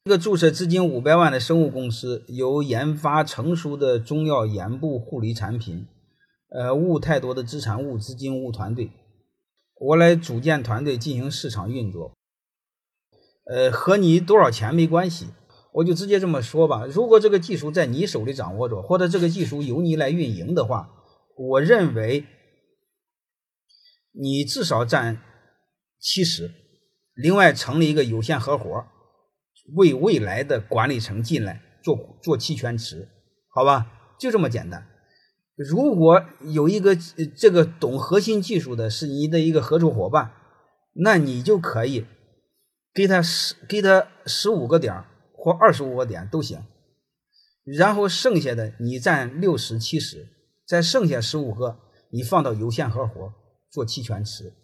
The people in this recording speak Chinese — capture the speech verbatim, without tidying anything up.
一个注册资金五百万的生物公司，有研发成熟的中药眼部护理产品，呃，无太多的资产、无资金、无团队，我来组建团队进行市场运作，呃，和你多少钱没关系，我就直接这么说吧。如果这个技术在你手里掌握着，或者这个技术由你来运营的话，我认为你至少占七十，另外成立一个有限合伙，为未来的管理层进来做做期权池，好吧，就这么简单。如果有一个这个懂核心技术的是你的一个合作伙伴，那你就可以给他十给他十五个点或二十五个点都行，然后剩下的你占六十七十，再剩下十五个你放到有限合伙做期权池。